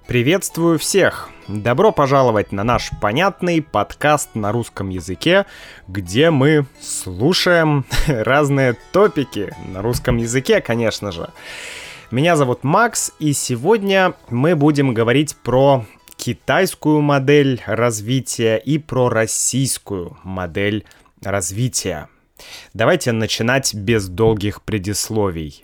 Приветствую всех! Добро пожаловать на наш понятный подкаст на русском языке, где мы слушаем разные топики на русском языке, конечно же. Меня зовут Макс, и сегодня мы будем говорить про китайскую модель развития и про российскую модель развития. Давайте начинать без долгих предисловий.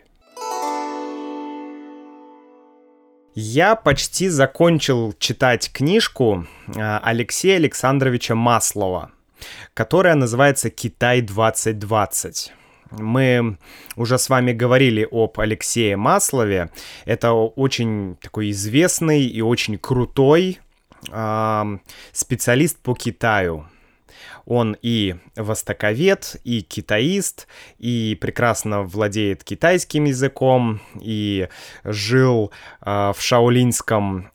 Я почти закончил читать книжку Алексея Александровича Маслова, которая называется «Китай-2020». Мы уже с вами говорили об Алексее Маслове. Это очень такой известный и очень крутой специалист по Китаю. Он и востоковед, и китаист, и прекрасно владеет китайским языком, и жил в шаолиньском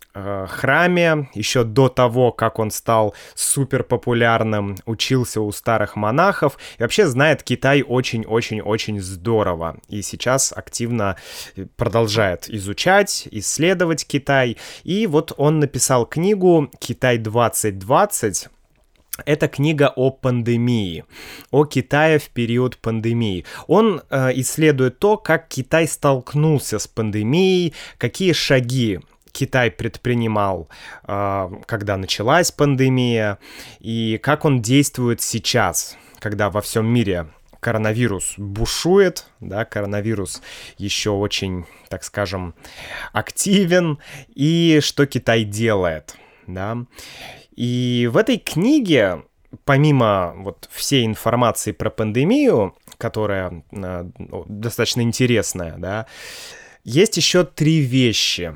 храме еще до того, как он стал суперпопулярным, учился у старых монахов, и вообще знает Китай очень-очень-очень здорово. И сейчас активно продолжает изучать, исследовать Китай. И вот он написал книгу «Китай-2020». Это книга о пандемии, о Китае в период пандемии. Он исследует то, как Китай столкнулся с пандемией, какие шаги Китай предпринимал, когда началась пандемия, и как он действует сейчас, когда во всем мире коронавирус бушует, да, коронавирус еще очень, так скажем, активен, и что Китай делает, да. И в этой книге, помимо вот всей информации про пандемию, которая достаточно интересная, да, есть еще три вещи.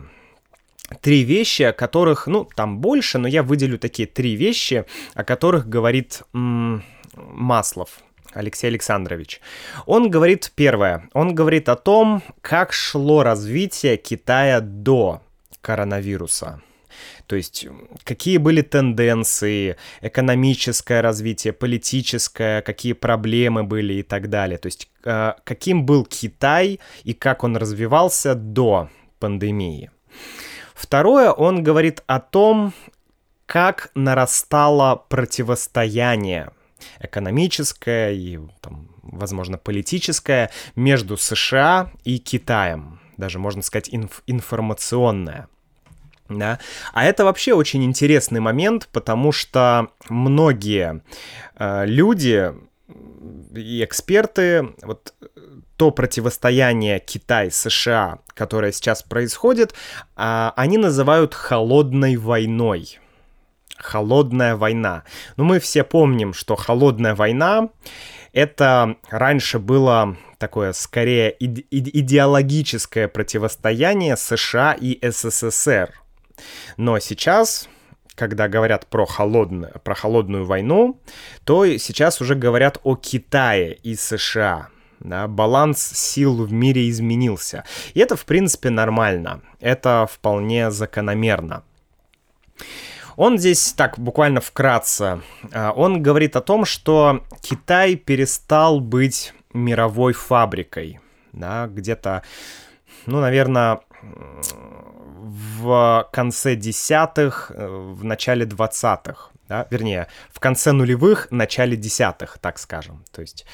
Три вещи, о которых, там больше, но я выделю такие три вещи, о которых говорит Маслов, Алексей Александрович. Он говорит, первое, он говорит о том, как шло развитие Китая до коронавируса. То есть, какие были тенденции, экономическое развитие, политическое, какие проблемы были и так далее. То есть, каким был Китай и как он развивался до пандемии. Второе, он говорит о том, как нарастало противостояние экономическое и, возможно, политическое между США и Китаем. Даже, можно сказать, информационное. Да? А это вообще очень интересный момент, потому что многие люди и эксперты, вот то противостояние Китай-США, которое сейчас происходит, они называют холодной войной. Холодная война. Мы все помним, что холодная война — это раньше было такое, скорее, идеологическое противостояние США и СССР. Но сейчас, когда говорят про холодную войну, то сейчас уже говорят о Китае и США. Да, баланс сил в мире изменился. И это, в принципе, нормально. Это вполне закономерно. Он здесь, так, буквально вкратце, он говорит о том, что Китай перестал быть мировой фабрикой. Да, где-то, наверное, в конце 10-х, в начале 20-х, да? Вернее, в конце нулевых, начале 10-х, так скажем. То есть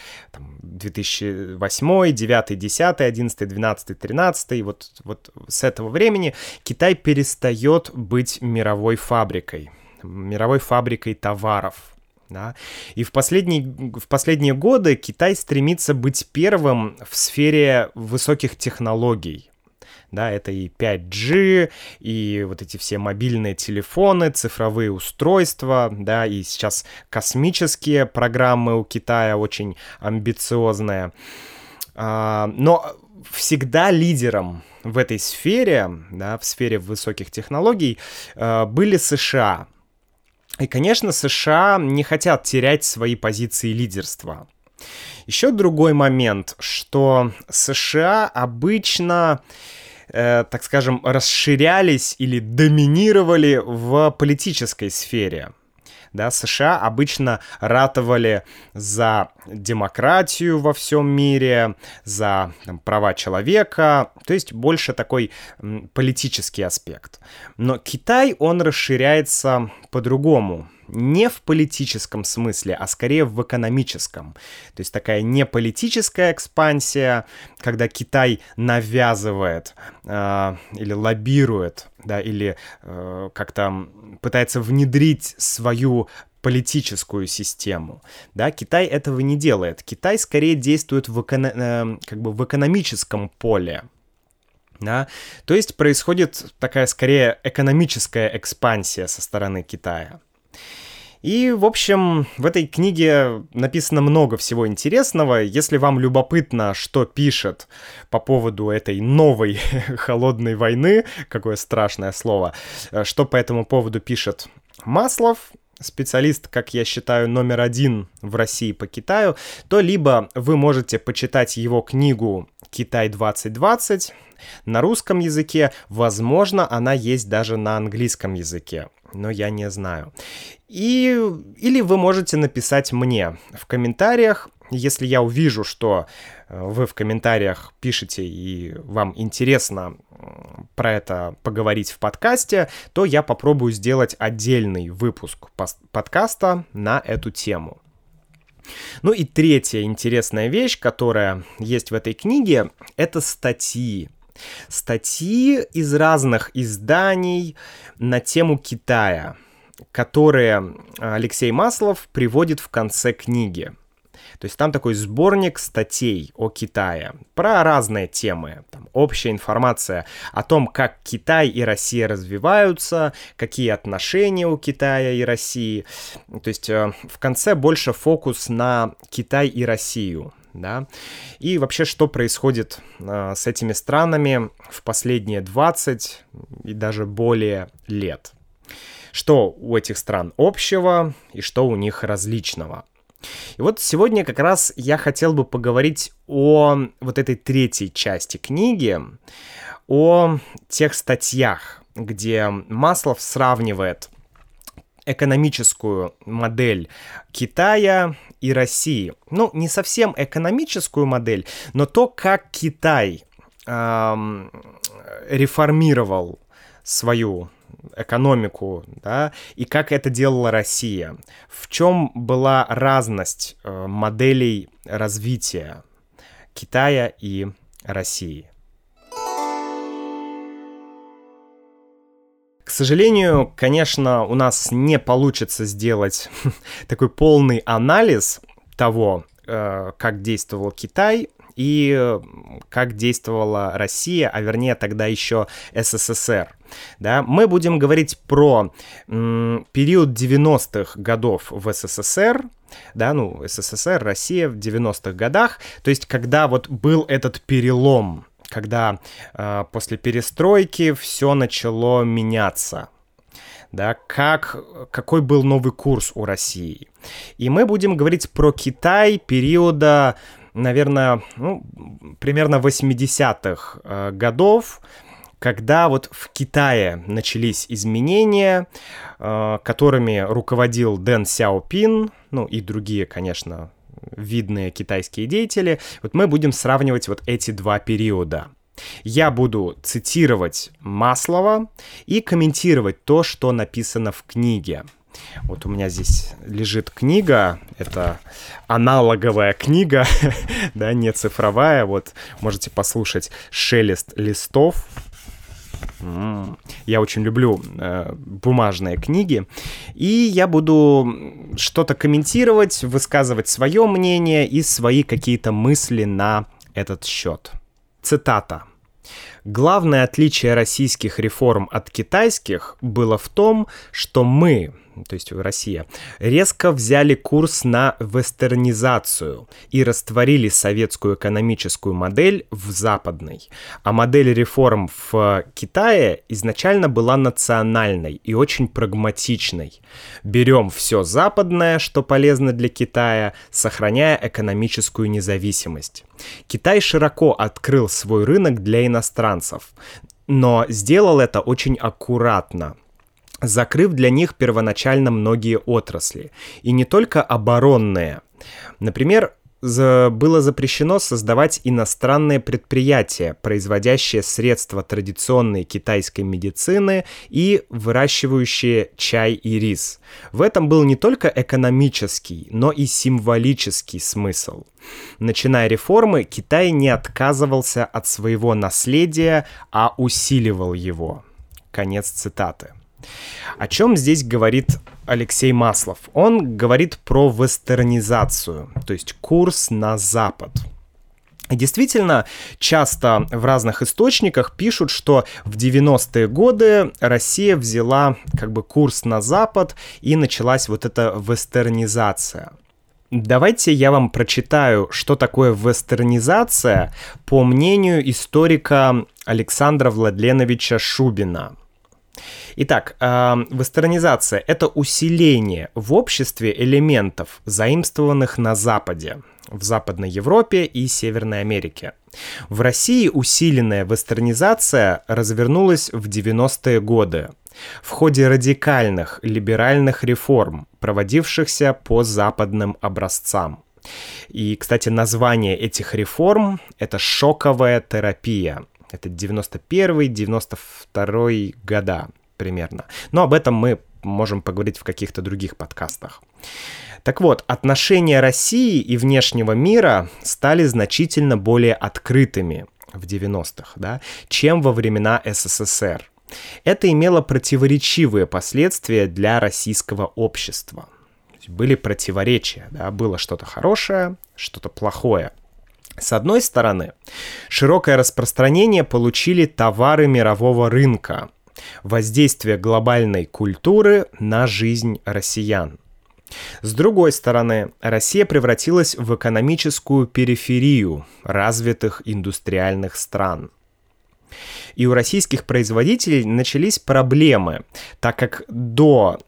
2008, 9, 10, 11, 12, 13, вот с этого времени Китай перестает быть мировой фабрикой товаров. Да? И в последние годы Китай стремится быть первым в сфере высоких технологий. Да, это и 5G, и вот эти все мобильные телефоны, цифровые устройства, да, и сейчас космические программы у Китая очень амбициозные. Но всегда лидером в этой сфере, да, в сфере высоких технологий, были США. И, конечно, США не хотят терять свои позиции лидерства. Еще другой момент, что США обычно, так скажем, расширялись или доминировали в политической сфере. Да, США обычно ратовали за демократию во всем мире, за права человека, то есть больше такой политический аспект. Но Китай, он расширяется по-другому. Не в политическом смысле, а скорее в экономическом. То есть такая не политическая экспансия, когда Китай навязывает или лоббирует, да, или как-то пытается внедрить свою политическую систему. Да, Китай этого не делает. Китай скорее действует в экономическом поле. Да? То есть происходит такая скорее экономическая экспансия со стороны Китая. И, в общем, в этой книге написано много всего интересного. Если вам любопытно, что пишет по поводу этой новой холодной войны, какое страшное слово, что по этому поводу пишет Маслов, специалист, как я считаю, номер 1 в России по Китаю, то либо вы можете почитать его книгу «Китай 2020» на русском языке, возможно, она есть даже на английском языке, но я не знаю. Или вы можете написать мне в комментариях, если я увижу, что вы в комментариях пишете и вам интересно про это поговорить в подкасте, то я попробую сделать отдельный выпуск подкаста на эту тему. Ну и третья интересная вещь, которая есть в этой книге, это статьи. Статьи из разных изданий на тему Китая, которые Алексей Маслов приводит в конце книги. То есть там такой сборник статей о Китае про разные темы. Там общая информация о том, как Китай и Россия развиваются, какие отношения у Китая и России. То есть в конце больше фокус на Китай и Россию. Да? И вообще, что происходит с этими странами в последние 20 и даже более лет. Что у этих стран общего и что у них различного. И вот сегодня как раз я хотел бы поговорить о вот этой третьей части книги, о тех статьях, где Маслов сравнивает экономическую модель Китая и России. Ну, не совсем экономическую модель, но то, как Китай реформировал свою экономику, да, и как это делала Россия. В чем была разность моделей развития Китая и России. К сожалению, конечно, у нас не получится сделать такой полный анализ того, как действовал Китай и как действовала Россия, а вернее тогда еще СССР. Да? Мы будем говорить про период 90-х годов в СССР, да, ну, СССР, Россия в 90-х годах, то есть когда вот был этот перелом, когда после перестройки все начало меняться, да, какой был новый курс у России. И мы будем говорить про Китай периода, наверное, примерно 80-х годов, когда вот в Китае начались изменения, которыми руководил Дэн Сяопин, ну и другие, конечно, видные китайские деятели. Вот мы будем сравнивать вот эти два периода. Я буду цитировать Маслова и комментировать то, что написано в книге. Вот у меня здесь лежит книга, это аналоговая книга, да, не цифровая. Вот можете послушать шелест листов. Я очень люблю бумажные книги. И я буду что-то комментировать, высказывать свое мнение и свои какие-то мысли на этот счет. Цитата. «Главное отличие российских реформ от китайских было в том, что мы, то есть Россия, резко взяли курс на вестернизацию и растворили советскую экономическую модель в западной. А модель реформ в Китае изначально была национальной и очень прагматичной. Берем все западное, что полезно для Китая, сохраняя экономическую независимость. Китай широко открыл свой рынок для иностранцев, но сделал это очень аккуратно. закрыв для них первоначально многие отрасли. И не только оборонные. Например, было запрещено создавать иностранные предприятия, производящие средства традиционной китайской медицины и выращивающие чай и рис. В этом был не только экономический, но и символический смысл. Начиная реформы, Китай не отказывался от своего наследия, а усиливал его. Конец цитаты. О чем здесь говорит Алексей Маслов? Он говорит про вестернизацию, то есть курс на Запад. И действительно, часто в разных источниках пишут, что в 90-е годы Россия взяла как бы курс на Запад и началась вот эта вестернизация. Давайте я вам прочитаю, что такое вестернизация по мнению историка Александра Владленовича Шубина. Итак, вестернизация — это усиление в обществе элементов, заимствованных на Западе, в Западной Европе и Северной Америке. В России усиленная вестернизация развернулась в 90-е годы в ходе радикальных либеральных реформ, проводившихся по западным образцам. И, кстати, название этих реформ — это шоковая терапия. Это 91-92 года примерно. Но об этом мы можем поговорить в каких-то других подкастах. Так вот, отношения России и внешнего мира стали значительно более открытыми в 90-х, да, чем во времена СССР. Это имело противоречивые последствия для российского общества. Были противоречия, да, было что-то хорошее, что-то плохое. С одной стороны, широкое распространение получили товары мирового рынка, воздействие глобальной культуры на жизнь россиян. С другой стороны, Россия превратилась в экономическую периферию развитых индустриальных стран. И у российских производителей начались проблемы, так как до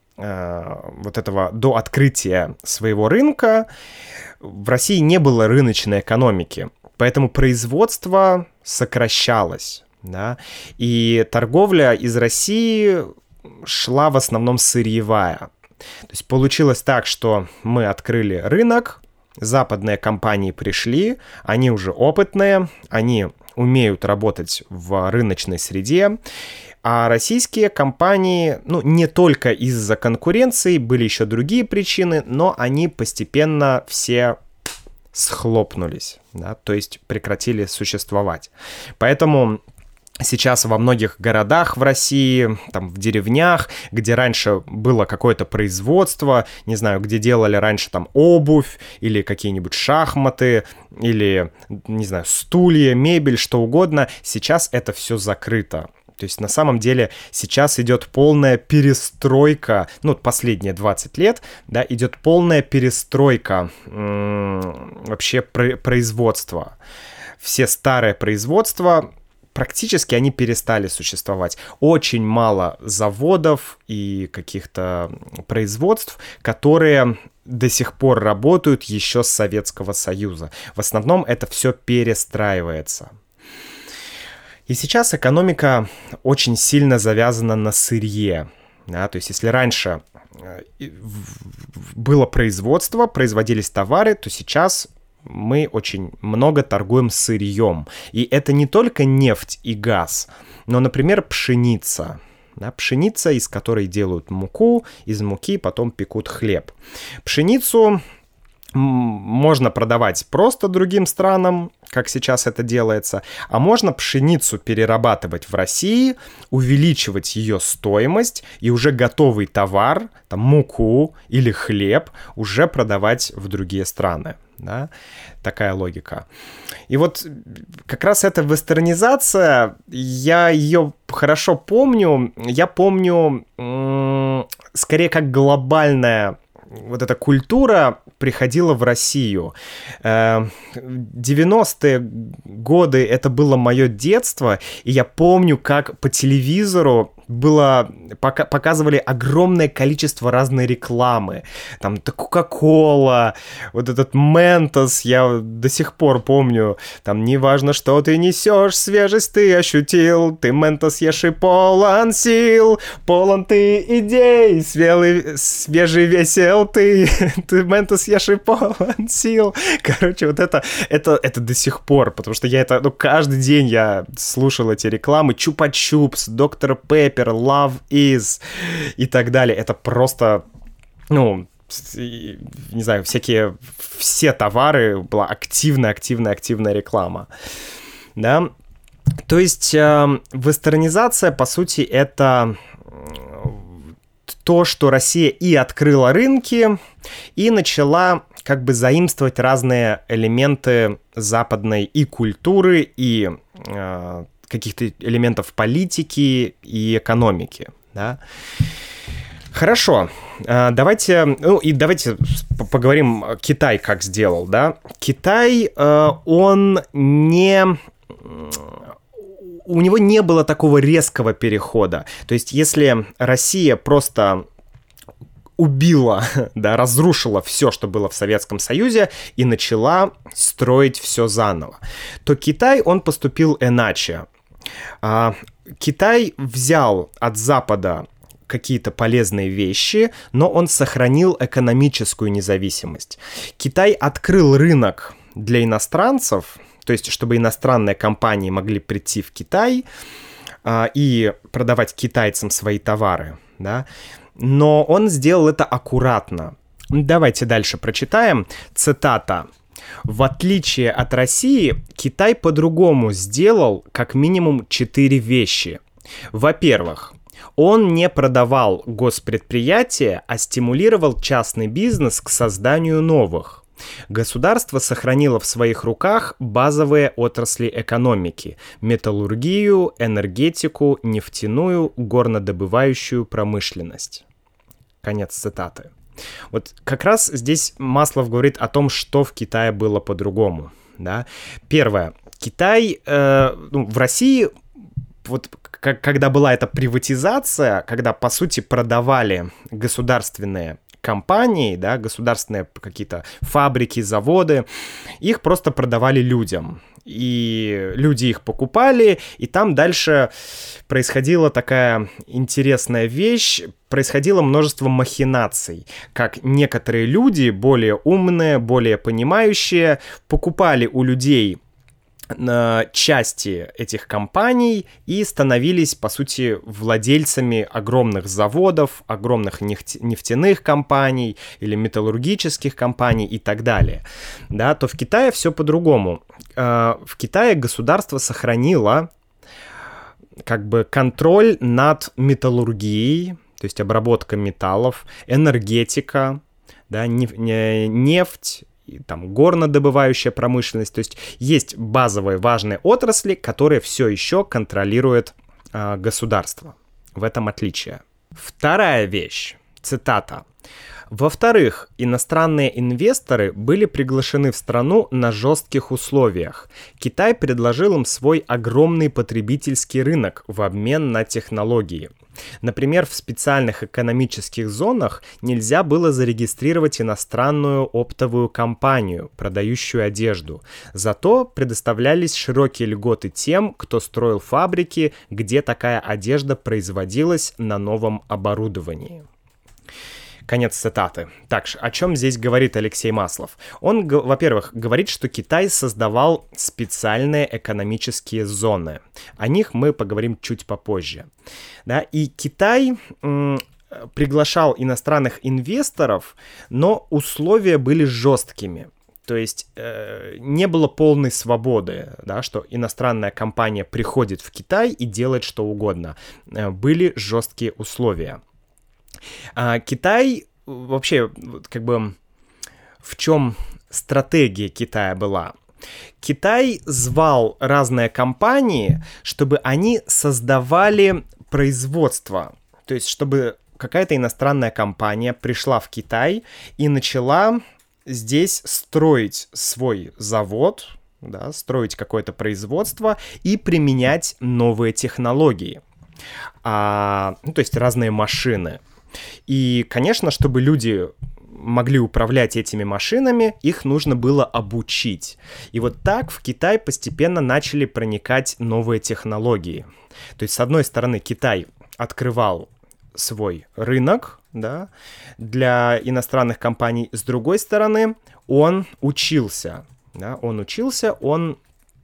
открытия своего рынка в России не было рыночной экономики, поэтому производство сокращалось, да, и торговля из России шла в основном сырьевая. То есть получилось так, что мы открыли рынок, западные компании пришли, они уже опытные, они умеют работать в рыночной среде, а российские компании, не только из-за конкуренции, были еще другие причины, но они постепенно все схлопнулись, да, то есть прекратили существовать. Поэтому сейчас во многих городах в России, там в деревнях, где раньше было какое-то производство, не знаю, где делали раньше там обувь или какие-нибудь шахматы, или, не знаю, стулья, мебель, что угодно, сейчас это все закрыто. То есть на самом деле сейчас идет полная перестройка, последние 20 лет, да, идет полная перестройка вообще производства. Все старые производства практически они перестали существовать. Очень мало заводов и каких-то производств, которые до сих пор работают еще с Советского Союза. В основном это все перестраивается. И сейчас экономика очень сильно завязана на сырье. Да? То есть если раньше было производство, производились товары, то сейчас мы очень много торгуем сырьем. И это не только нефть и газ, но, например, пшеница. Да, пшеница, из которой делают муку, из муки потом пекут хлеб. Пшеницу можно продавать просто другим странам, как сейчас это делается, а можно пшеницу перерабатывать в России, увеличивать ее стоимость и уже готовый товар, там муку или хлеб, уже продавать в другие страны. Да? Такая логика. И вот как раз эта вестернизация, я ее хорошо помню. Я помню скорее как глобальная вот эта культура приходила в Россию. 90-е годы — это было мое детство, и я помню, как по телевизору показывали огромное количество разной рекламы. Там Кока-Кола, вот этот Ментос, я до сих пор помню. Там неважно, что ты несешь, свежесть ты ощутил, ты Ментос ешь и полон сил, полон ты идей, свежий весел ты, ты Ментос ешь и полон сил. Короче, вот это до сих пор, потому что я каждый день я слушал эти рекламы. Чупа-чупс, Доктор Пеппер, Love Is и так далее. Это просто, не знаю, все товары, была активная реклама. Да? То есть вестернизация, по сути, это то, что Россия и открыла рынки, и начала как бы заимствовать разные элементы западной и культуры, и каких-то элементов политики и экономики. Да? Хорошо, давайте поговорим, Китай как сделал. Да? Китай, у него не было такого резкого перехода. То есть если Россия просто убила, да, разрушила все, что было в Советском Союзе, и начала строить все заново, то Китай, он поступил иначе. Китай взял от Запада какие-то полезные вещи, но он сохранил экономическую независимость. Китай открыл рынок для иностранцев, то есть чтобы иностранные компании могли прийти в Китай и продавать китайцам свои товары, да? Но он сделал это аккуратно. Давайте дальше прочитаем. Цитата. «В отличие от России, Китай по-другому сделал как минимум 4 вещи. Во-первых, он не продавал госпредприятия, а стимулировал частный бизнес к созданию новых. Государство сохранило в своих руках базовые отрасли экономики – металлургию, энергетику, нефтяную, горнодобывающую промышленность». Конец цитаты. Вот как раз здесь Маслов говорит о том, что в Китае было по-другому. Да? Первое. Китай, в России, вот когда была эта приватизация, когда, по сути, продавали государственные компании, да, государственные какие-то фабрики, заводы, их просто продавали людям. И люди их покупали, и там дальше происходила такая интересная вещь, происходило множество махинаций, как некоторые люди, более умные, более понимающие, покупали у людей части этих компаний и становились, по сути, владельцами огромных заводов, огромных нефтяных компаний или металлургических компаний и так далее. Да, то в Китае все по-другому. В Китае государство сохранило как бы контроль над металлургией, то есть обработка металлов, энергетика, да, нефть, там, горнодобывающая промышленность. То есть базовые важные отрасли, которые все еще контролирует государство. В этом отличие. Вторая вещь. Цитата. Во-вторых, иностранные инвесторы были приглашены в страну на жестких условиях. Китай предложил им свой огромный потребительский рынок в обмен на технологии. Например, в специальных экономических зонах нельзя было зарегистрировать иностранную оптовую компанию, продающую одежду. Зато предоставлялись широкие льготы тем, кто строил фабрики, где такая одежда производилась на новом оборудовании. Конец цитаты. Так, о чем здесь говорит Алексей Маслов? Он, во-первых, говорит, что Китай создавал специальные экономические зоны. О них мы поговорим чуть попозже. Да? И Китай приглашал иностранных инвесторов, но условия были жесткими. То есть не было полной свободы, да, что иностранная компания приходит в Китай и делает что угодно. Были жесткие условия. Китай вообще, как бы, в чем стратегия Китая была? Китай звал разные компании, чтобы они создавали производство. То есть, чтобы какая-то иностранная компания пришла в Китай и начала здесь строить свой завод, да, строить какое-то производство и применять новые технологии. то есть разные машины. И, конечно, чтобы люди могли управлять этими машинами, их нужно было обучить. И вот так в Китай постепенно начали проникать новые технологии. То есть, с одной стороны, Китай открывал свой рынок, да, для иностранных компаний, с другой стороны, он учился, да, он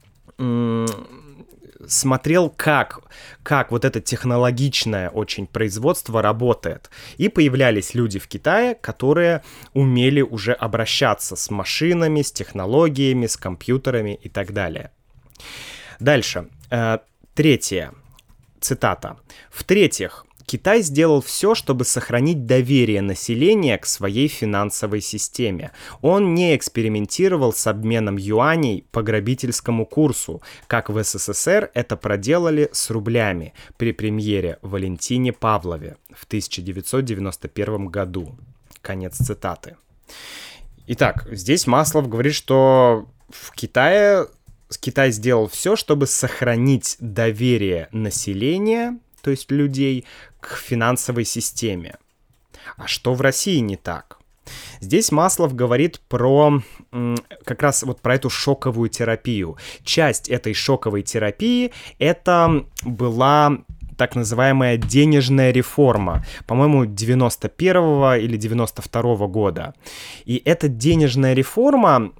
смотрел, как вот это технологичное очень производство работает. И появлялись люди в Китае, которые умели уже обращаться с машинами, с технологиями, с компьютерами и так далее. Дальше. Третье. Цитата. В-третьих, Китай сделал все, чтобы сохранить доверие населения к своей финансовой системе. Он не экспериментировал с обменом юаней по грабительскому курсу, как в СССР это проделали с рублями при премьере Валентине Павлове в 1991 году. Конец цитаты. Итак, здесь Маслов говорит, что Китай сделал все, чтобы сохранить доверие населения, то есть людей, к финансовой системе. А что в России не так? Здесь Маслов говорит про как раз вот про эту шоковую терапию. Часть этой шоковой терапии это была так называемая денежная реформа, по-моему, 91-го или 92-го года. И эта денежная реформа,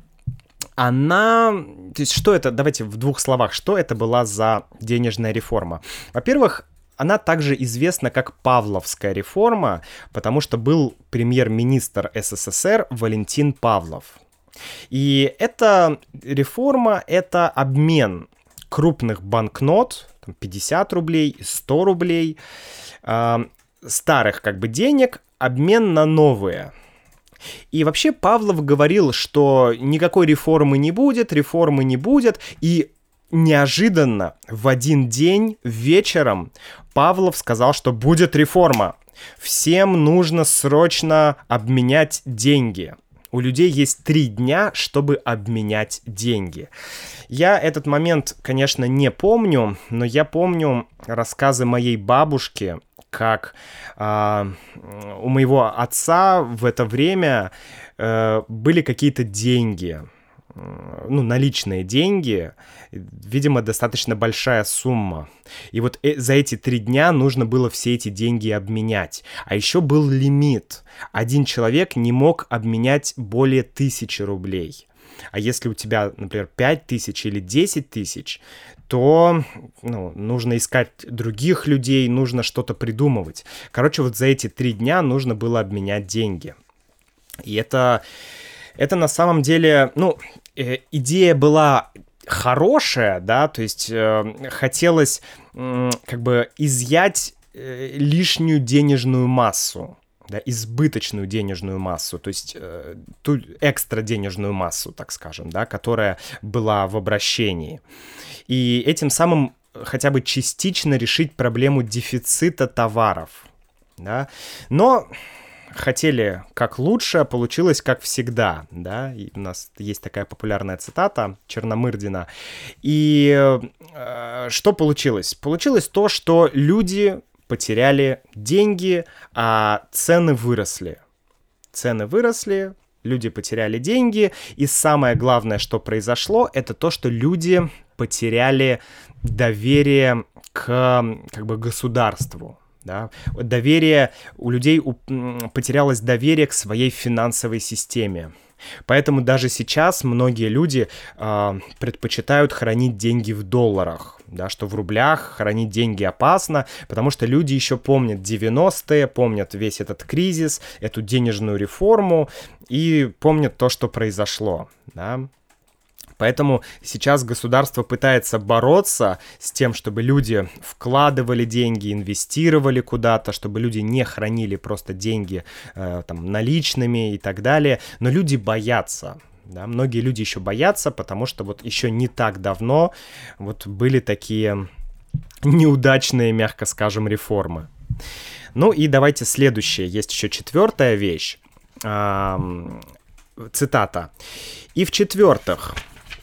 то есть что это, давайте в двух словах, что это была за денежная реформа? Во-первых, она также известна как Павловская реформа, потому что был премьер-министр СССР Валентин Павлов. И эта реформа — это обмен крупных банкнот, 50 рублей, 100 рублей, старых как бы денег, обмен на новые. И вообще Павлов говорил, что никакой реформы не будет, и неожиданно в один день вечером Павлов сказал, что будет реформа. Всем нужно срочно обменять деньги. У людей есть 3 дня, чтобы обменять деньги. Я этот момент, конечно, не помню, но я помню рассказы моей бабушки, как у моего отца в это время были какие-то деньги, наличные деньги, видимо, достаточно большая сумма. И вот за эти 3 дня нужно было все эти деньги обменять. А еще был лимит. Один человек не мог обменять более 1000 рублей. А если у тебя, например, 5000 или 10 тысяч, то нужно искать других людей, нужно что-то придумывать. Короче, вот за эти 3 дня нужно было обменять деньги. И это на самом деле, идея была хорошая, да, то есть хотелось как бы изъять лишнюю денежную массу, да, избыточную денежную массу, то есть ту экстра денежную массу, так скажем, да, которая была в обращении. И этим самым хотя бы частично решить проблему дефицита товаров, да, но хотели как лучше, получилось как всегда, да, и у нас есть такая популярная цитата Черномырдина. И что получилось? Получилось то, что люди потеряли деньги, а цены выросли. Люди потеряли деньги, и самое главное, что произошло, это то, что люди потеряли доверие к как бы государству. Да? У людей потерялось доверие к своей финансовой системе. Поэтому даже сейчас многие люди предпочитают хранить деньги в долларах, да, что в рублях хранить деньги опасно, потому что люди еще помнят 90-е, помнят весь этот кризис, эту денежную реформу и помнят то, что произошло. Да. Поэтому сейчас государство пытается бороться с тем, чтобы люди вкладывали деньги, инвестировали куда-то, чтобы люди не хранили просто деньги наличными и так далее. Но люди боятся. Да? Многие люди еще боятся, потому что вот еще не так давно вот были такие неудачные, мягко скажем, реформы. Ну и давайте следующее. Есть еще 4-я вещь. Цитата. «И в-четвертых,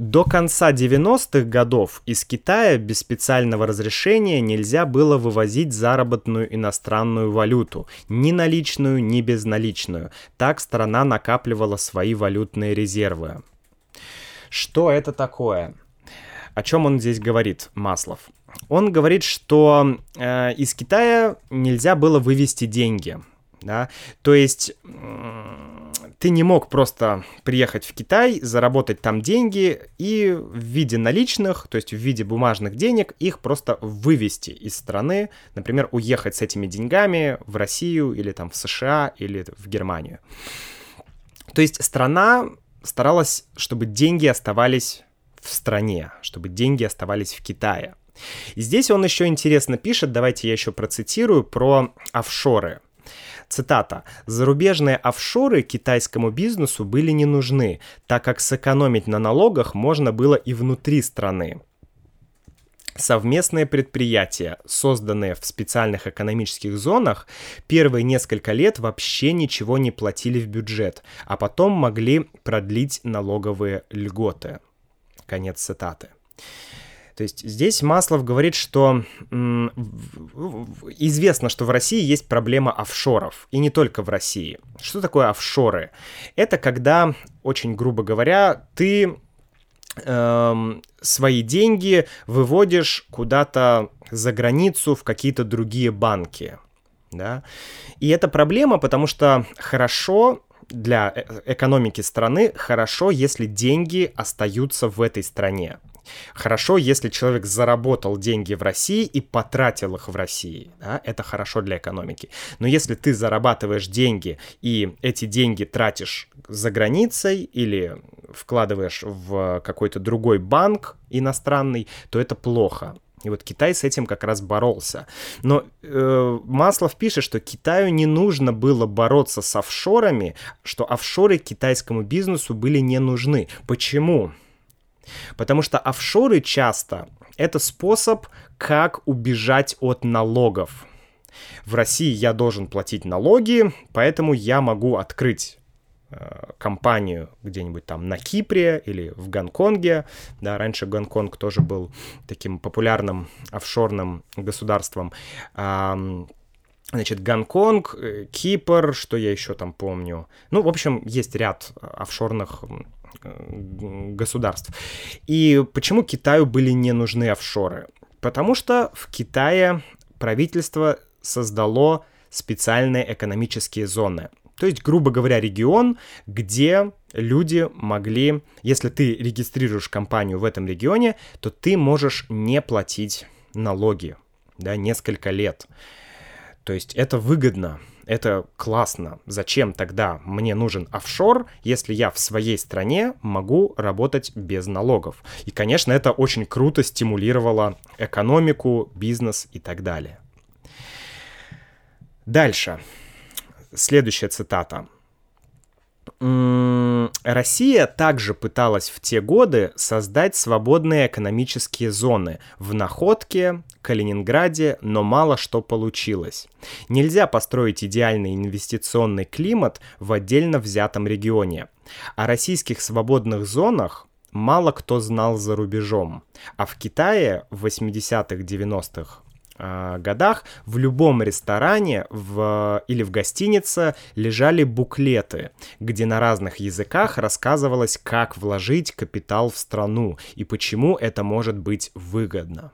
До конца 90-х годов из Китая без специального разрешения нельзя было вывозить заработную иностранную валюту, ни наличную, ни безналичную. Так страна накапливала свои валютные резервы. Что это такое? О чем он здесь говорит, Маслов? Он говорит, что из Китая нельзя было вывести деньги. Да? То есть ты не мог просто приехать в Китай, заработать там деньги и в виде наличных, то есть в виде бумажных денег, их просто вывести из страны, например, уехать с этими деньгами в Россию или там в США или в Германию. То есть страна старалась, чтобы деньги оставались в стране, чтобы деньги оставались в Китае. И здесь он еще интересно пишет, давайте я еще процитирую, про офшоры. Цитата. «Зарубежные офшоры китайскому бизнесу были не нужны, так как сэкономить на налогах можно было и внутри страны. Совместные предприятия, созданные в специальных экономических зонах, первые несколько лет вообще ничего не платили в бюджет, а потом могли продлить налоговые льготы». Конец цитаты. То есть здесь Маслов говорит, что известно, что в России есть проблема офшоров, и не только в России. Что такое офшоры? Это когда, очень грубо говоря, ты свои деньги выводишь куда-то за границу в какие-то другие банки. Да? И это проблема, потому что хорошо для экономики страны, хорошо, если деньги остаются в этой стране. Хорошо, если человек заработал деньги в России и потратил их в России. Да? Это хорошо для экономики. Но если ты зарабатываешь деньги и эти деньги тратишь за границей или вкладываешь в какой-то другой банк иностранный, то это плохо. И вот Китай с этим как раз боролся. Но Маслов пишет, что Китаю не нужно было бороться с офшорами, что офшоры китайскому бизнесу были не нужны. Почему? Потому что офшоры часто это способ, как убежать от налогов. В России я должен платить налоги, поэтому я могу открыть компанию где-нибудь там на Кипре или в Гонконге. Да, раньше Гонконг тоже был таким популярным офшорным государством. Значит, Гонконг, Кипр, что я еще там помню. Ну, в общем, есть ряд офшорных государств. И почему Китаю были не нужны офшоры? Потому что в Китае правительство создало специальные экономические зоны. То есть, грубо говоря, регион, где люди могли, если ты регистрируешь компанию в этом регионе, то ты можешь не платить налоги, да, несколько лет. То есть это выгодно, это классно. Зачем тогда мне нужен офшор, если я в своей стране могу работать без налогов? И, конечно, это очень круто стимулировало экономику, бизнес и так далее. Дальше. Следующая цитата. Россия также пыталась в те годы создать свободные экономические зоны в Находке, Калининграде, но мало что получилось. Нельзя построить идеальный инвестиционный климат в отдельно взятом регионе. О российских свободных зонах мало кто знал за рубежом, а в Китае в 80-х, 90-х годах в любом ресторане или в гостинице лежали буклеты, где на разных языках рассказывалось, как вложить капитал в страну и почему это может быть выгодно.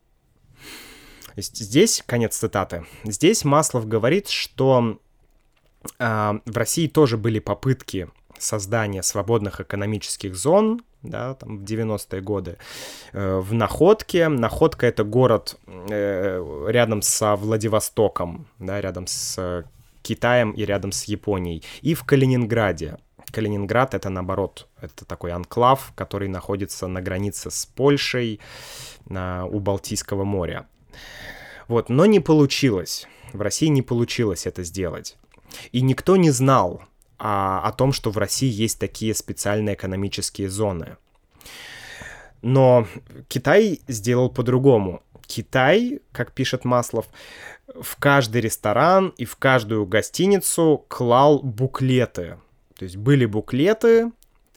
Здесь, конец цитаты, здесь Маслов говорит, что в России тоже были попытки создания свободных экономических зон, да, там в 90-е годы, в Находке. Находка — это город рядом со Владивостоком, да, рядом с Китаем и рядом с Японией. И в Калининграде. Калининград — это, наоборот, это такой анклав, который находится на границе с Польшей, у Балтийского моря. Вот, но не получилось. В России не получилось это сделать. И никто не знал о том, что в России есть такие специальные экономические зоны. Но Китай сделал по-другому. Китай, как пишет Маслов, в каждый ресторан и в каждую гостиницу клал буклеты. То есть были буклеты,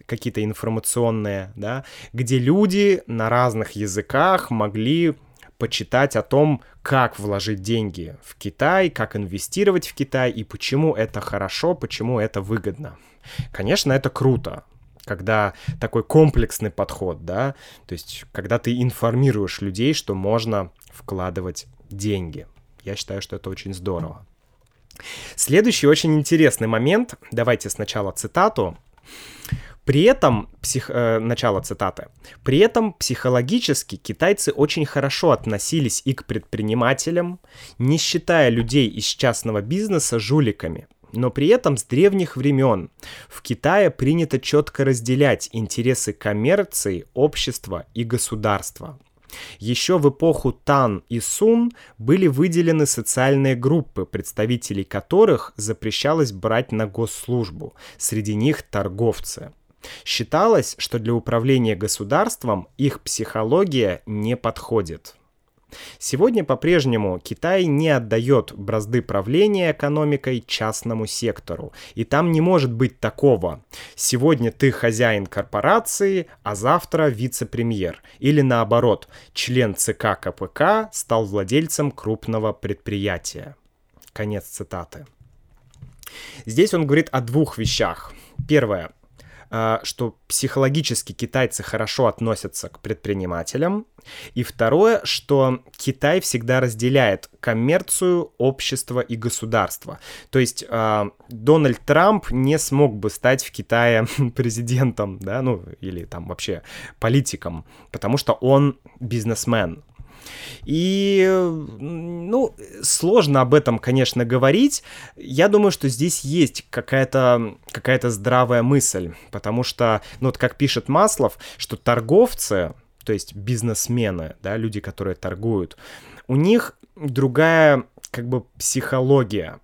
какие-то информационные, да, где люди на разных языках могли почитать о том, как вложить деньги в Китай, как инвестировать в Китай и почему это хорошо, почему это выгодно. Конечно, это круто, когда такой комплексный подход, да, то есть когда ты информируешь людей, что можно вкладывать деньги. Я считаю, что это очень здорово. Следующий очень интересный момент, давайте сначала цитату. При этом, начало цитаты, при этом психологически китайцы очень хорошо относились и к предпринимателям, не считая людей из частного бизнеса жуликами. Но при этом с древних времен в Китае принято четко разделять интересы коммерции, общества и государства. Еще в эпоху Тан и Сун были выделены социальные группы, представителей которых запрещалось брать на госслужбу, среди них торговцы. Считалось, что для управления государством их психология не подходит. Сегодня по-прежнему Китай не отдает бразды правления экономикой частному сектору, и там не может быть такого: сегодня ты хозяин корпорации, а завтра вице-премьер, или наоборот, член ЦК КПК стал владельцем крупного предприятия. Конец цитаты. Здесь он говорит о двух вещах. Первое, что психологически китайцы хорошо относятся к предпринимателям. И второе, что Китай всегда разделяет коммерцию, общество и государство. То есть Дональд Трамп не смог бы стать в Китае президентом, да, ну или там вообще политиком, потому что он бизнесмен. И, ну, сложно об этом, конечно, говорить. Я думаю, что здесь есть какая-то здравая мысль, потому что, ну, вот как пишет Маслов, что торговцы, то есть бизнесмены, да, люди, которые торгуют, у них другая, как бы, психология.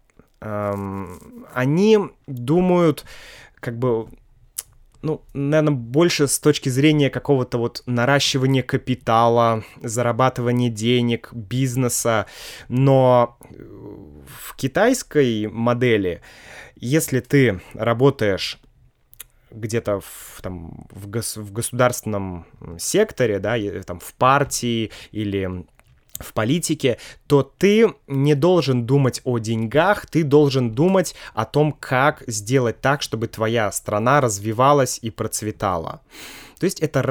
Они думают, как бы, ну, наверное, больше с точки зрения какого-то вот наращивания капитала, зарабатывания денег, бизнеса. Но в китайской модели, если ты работаешь где-то в государственном секторе, да, там, в партии или в политике, то ты не должен думать о деньгах, ты должен думать о том, как сделать так, чтобы твоя страна развивалась и процветала. То есть это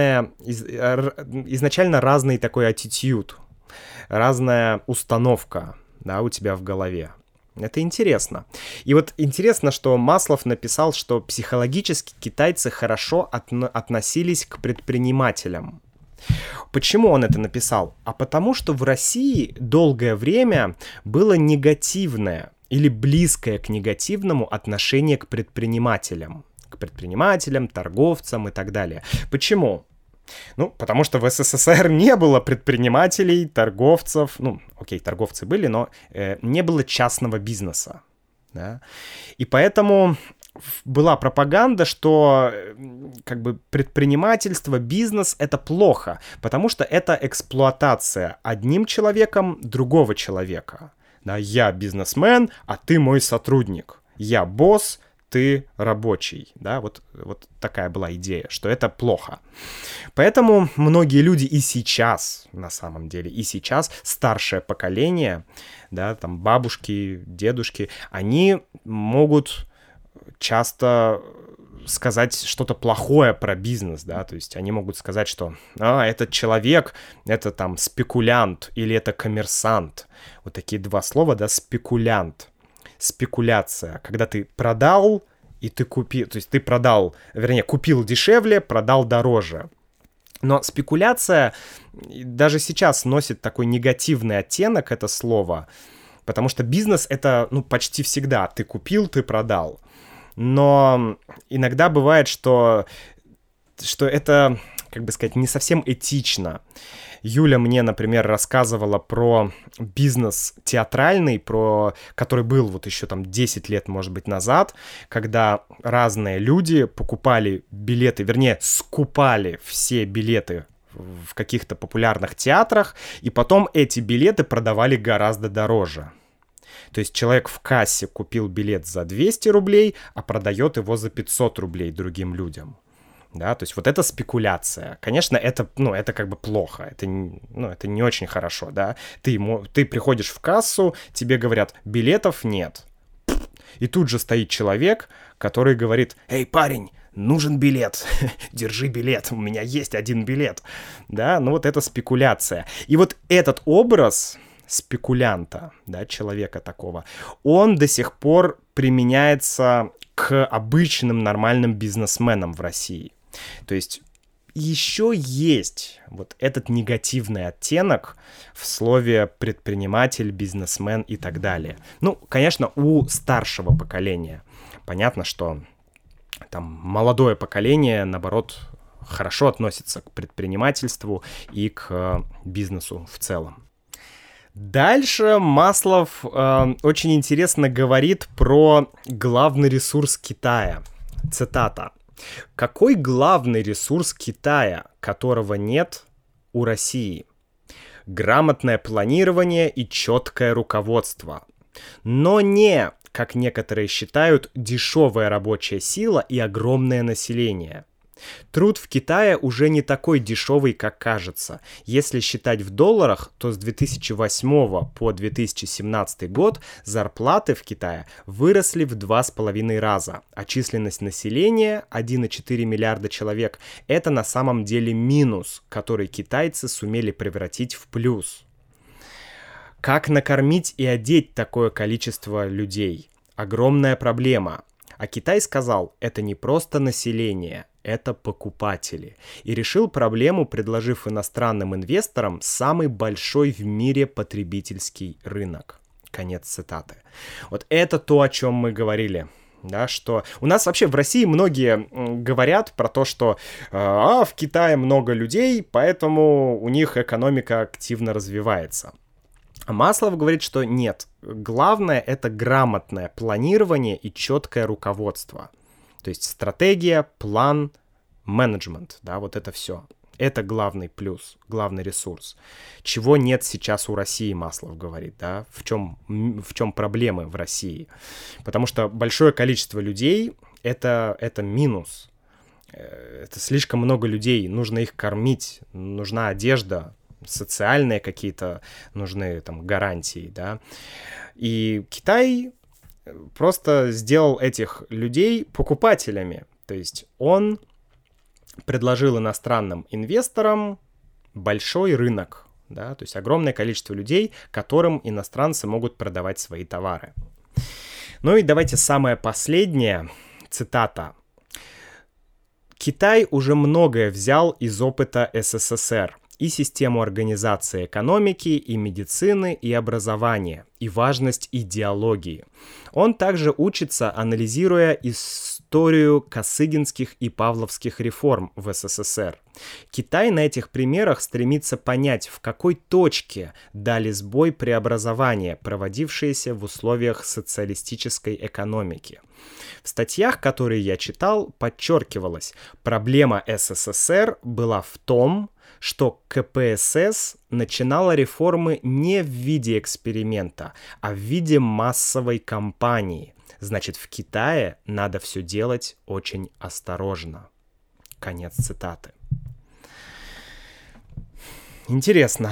изначально разный такой attitude, разная установка, да, у тебя в голове. Это интересно. И вот интересно, что Маслов написал, что психологически китайцы хорошо относились к предпринимателям. Почему он это написал? А потому что в России долгое время было негативное или близкое к негативному отношение к предпринимателям, торговцам и так далее. Почему? Ну, потому что в СССР не было предпринимателей, торговцев, ну, окей, торговцы были, но не было частного бизнеса, да? И поэтому была пропаганда, что как бы предпринимательство, бизнес — это плохо, потому что это эксплуатация одним человеком другого человека. Да, я бизнесмен, а ты мой сотрудник. Я босс, ты рабочий. Да, вот такая была идея, что это плохо. Поэтому многие люди и сейчас, на самом деле, и сейчас старшее поколение, да, там бабушки, дедушки, они могут часто сказать что-то плохое про бизнес, да, то есть они могут сказать, что этот человек, это там спекулянт или это коммерсант. Вот такие два слова, да, спекулянт, спекуляция, когда ты продал и ты купил, то есть ты продал, вернее, купил дешевле, продал дороже. Но спекуляция даже сейчас носит такой негативный оттенок, это слово, потому что бизнес — это, ну, почти всегда ты купил, ты продал. Но иногда бывает, что это, как бы сказать, не совсем этично. Юля мне, например, рассказывала про бизнес театральный, который был вот еще там 10 лет, может быть, назад, когда разные люди покупали билеты, вернее, скупали все билеты в каких-то популярных театрах, и потом эти билеты продавали гораздо дороже. То есть человек в кассе купил билет за 200 рублей, а продает его за 500 рублей другим людям. Да, то есть вот это спекуляция. Конечно, это, это как бы плохо, это не очень хорошо, да. Ты приходишь в кассу, тебе говорят, билетов нет. И тут же стоит человек, который говорит, эй, парень, нужен билет, держи билет, у меня есть один билет. Да, вот это спекуляция. И вот этот образ спекулянта, да, человека такого, он до сих пор применяется к обычным нормальным бизнесменам в России. То есть еще есть вот этот негативный оттенок в слове предприниматель, бизнесмен и так далее. Конечно, у старшего поколения. Понятно, что там молодое поколение, наоборот, хорошо относится к предпринимательству и к бизнесу в целом. Дальше Маслов очень интересно говорит про главный ресурс Китая. Цитата. «Какой главный ресурс Китая, которого нет у России? Грамотное планирование и четкое руководство. Но не, как некоторые считают, дешевая рабочая сила и огромное население. Труд в Китае уже не такой дешевый, как кажется. Если считать в долларах, то с 2008 по 2017 год зарплаты в Китае выросли в 2,5 раза, а численность населения 1,4 миллиарда человек – это на самом деле минус, который китайцы сумели превратить в плюс. Как накормить и одеть такое количество людей? Огромная проблема. А Китай сказал, это не просто население, это покупатели. И решил проблему, предложив иностранным инвесторам самый большой в мире потребительский рынок. Конец цитаты. Вот это то, о чем мы говорили. Да, что у нас вообще в России многие говорят про то, что в Китае много людей, поэтому у них экономика активно развивается. А Маслов говорит, что нет, главное это грамотное планирование и четкое руководство. То есть стратегия, план, менеджмент, да, вот это все. Это главный плюс, главный ресурс. Чего нет сейчас у России, Маслов говорит, да, в чем проблемы в России. Потому что большое количество людей это минус. Это слишком много людей, нужно их кормить, нужна одежда, социальные какие-то нужны там гарантии, да. И Китай просто сделал этих людей покупателями. То есть он предложил иностранным инвесторам большой рынок, да, то есть огромное количество людей, которым иностранцы могут продавать свои товары. И давайте самое последнее, цитата. «Китай уже многое взял из опыта СССР. И систему организации экономики, и медицины, и образования, и важность идеологии. Он также учится, анализируя историю косыгинских и павловских реформ в СССР. Китай на этих примерах стремится понять, в какой точке дали сбой преобразования, проводившиеся в условиях социалистической экономики. В статьях, которые я читал, подчеркивалось, проблема СССР была в том, что КПСС начинала реформы не в виде эксперимента, а в виде массовой кампании. Значит, в Китае надо все делать очень осторожно». Конец цитаты. Интересно.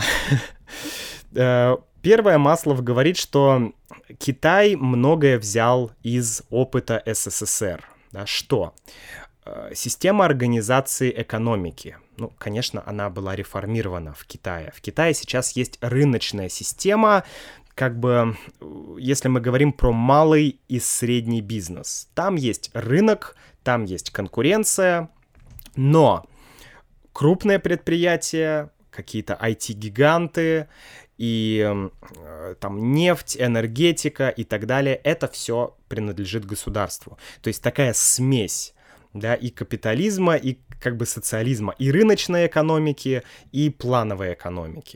Первое, Маслов говорит, что Китай многое взял из опыта СССР. Да, что? Система организации экономики. Конечно, она была реформирована в Китае. В Китае сейчас есть рыночная система, если мы говорим про малый и средний бизнес. Там есть рынок, там есть конкуренция, но крупные предприятия, какие-то IT-гиганты и там нефть, энергетика и так далее, это все принадлежит государству. То есть такая смесь, да, и капитализма, и социализма, и рыночной экономики, и плановой экономики.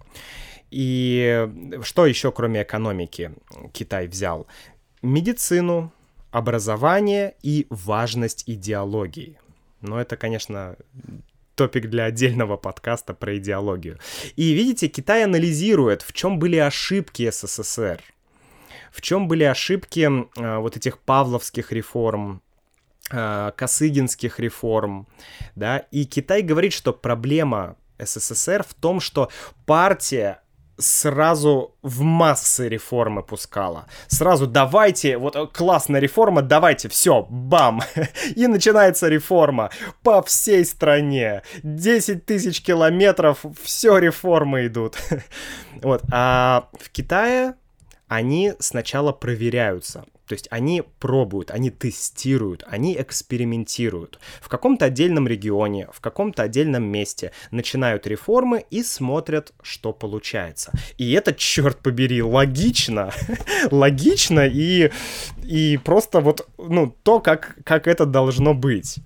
И что еще, кроме экономики, Китай взял? Медицину, образование и важность идеологии. Это, конечно, топик для отдельного подкаста про идеологию. И видите, Китай анализирует, в чем были ошибки СССР, в чем были ошибки вот этих павловских реформ, косыгинских реформ, да, и Китай говорит, что проблема СССР в том, что партия сразу в массы реформы пускала. Сразу давайте, вот классная реформа, давайте, все, бам! И начинается реформа по всей стране. 10 тысяч километров, все реформы идут. Вот, а в Китае они сначала проверяются. То есть они пробуют, они тестируют, они экспериментируют. В каком-то отдельном регионе, в каком-то отдельном месте начинают реформы и смотрят, что получается. И это, черт побери, логично. Логично и просто вот, ну, то, как это должно быть.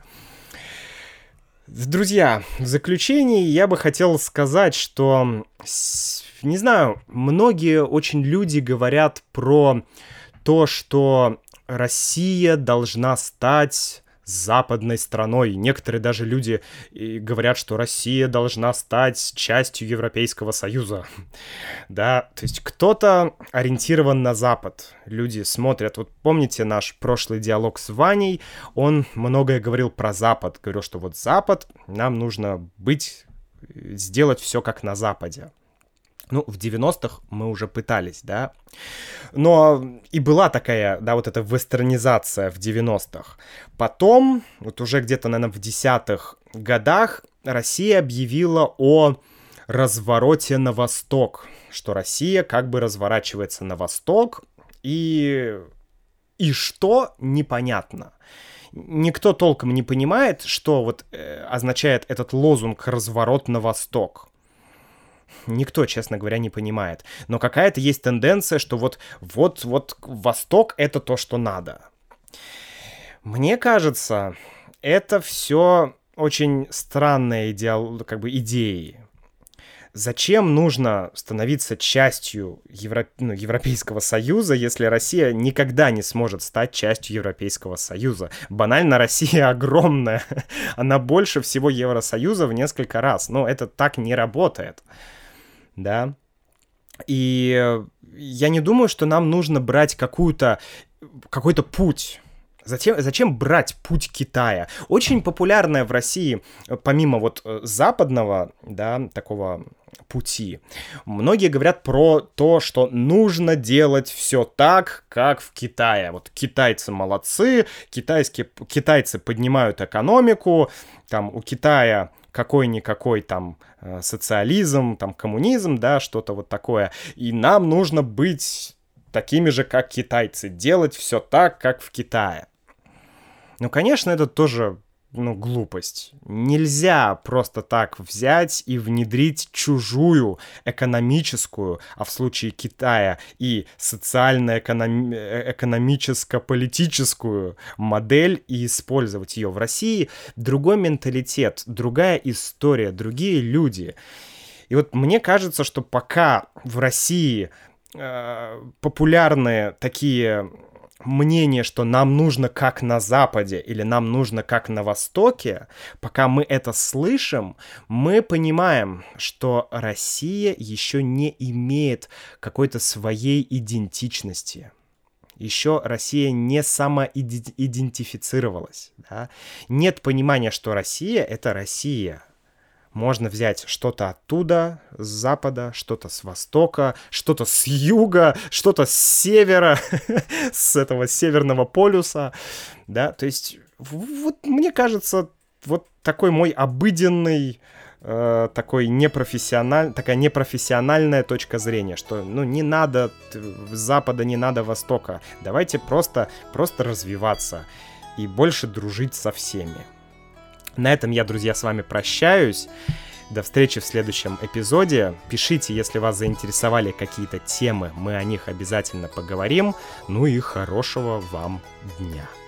Друзья, в заключении я бы хотел сказать, что, не знаю, многие очень люди говорят про то, что Россия должна стать западной страной. Некоторые даже люди говорят, что Россия должна стать частью Европейского Союза. Да, то есть кто-то ориентирован на Запад. Люди смотрят, вот помните наш прошлый диалог с Ваней, он многое говорил про Запад. Говорил, что вот Запад, нам нужно сделать все как на Западе. Ну, в 90-х мы уже пытались, да. Но и была такая, да, вот эта вестернизация в 90-х. Потом, вот уже где-то, наверное, в 10-х годах Россия объявила о развороте на восток. Что Россия как бы разворачивается на восток. И что, непонятно. Никто толком не понимает, что вот означает этот лозунг «разворот на восток». Никто, честно говоря, не понимает. Но какая-то есть тенденция, что вот Восток — это то, что надо. Мне кажется, это все очень странные идеи. Зачем нужно становиться частью Европейского Союза, если Россия никогда не сможет стать частью Европейского Союза? Банально, Россия огромная. Она больше всего Евросоюза в несколько раз. Но это так не работает. Да, и я не думаю, что нам нужно брать какой-то путь. Зачем брать путь Китая? Очень популярная в России, помимо вот западного, да, такого пути, многие говорят про то, что нужно делать все так, как в Китае. Вот китайцы молодцы, китайцы поднимают экономику, там у Китая какой-никакой там социализм, там коммунизм, да, что-то вот такое. И нам нужно быть такими же, как китайцы, делать все так, как в Китае. Ну, конечно, это тоже, глупость. Нельзя просто так взять и внедрить чужую экономическую, а в случае Китая и социально-экономическо-политическую модель и использовать ее. В России другой менталитет, другая история, другие люди. И вот мне кажется, что пока в России популярны такие мнение, что нам нужно как на Западе или нам нужно как на Востоке, пока мы это слышим, мы понимаем, что Россия еще не имеет какой-то своей идентичности. Еще Россия не самоидентифицировалась. Да? Нет понимания, что Россия — это Россия. Можно взять что-то оттуда, с запада, что-то с востока, что-то с юга, что-то с севера, с этого северного полюса, да, то есть вот мне кажется, вот такой мой обыденный, такая непрофессиональная точка зрения, что, не надо запада, не надо востока, давайте просто развиваться и больше дружить со всеми. На этом я, друзья, с вами прощаюсь. До встречи в следующем эпизоде. Пишите, если вас заинтересовали какие-то темы, мы о них обязательно поговорим. Ну и хорошего вам дня.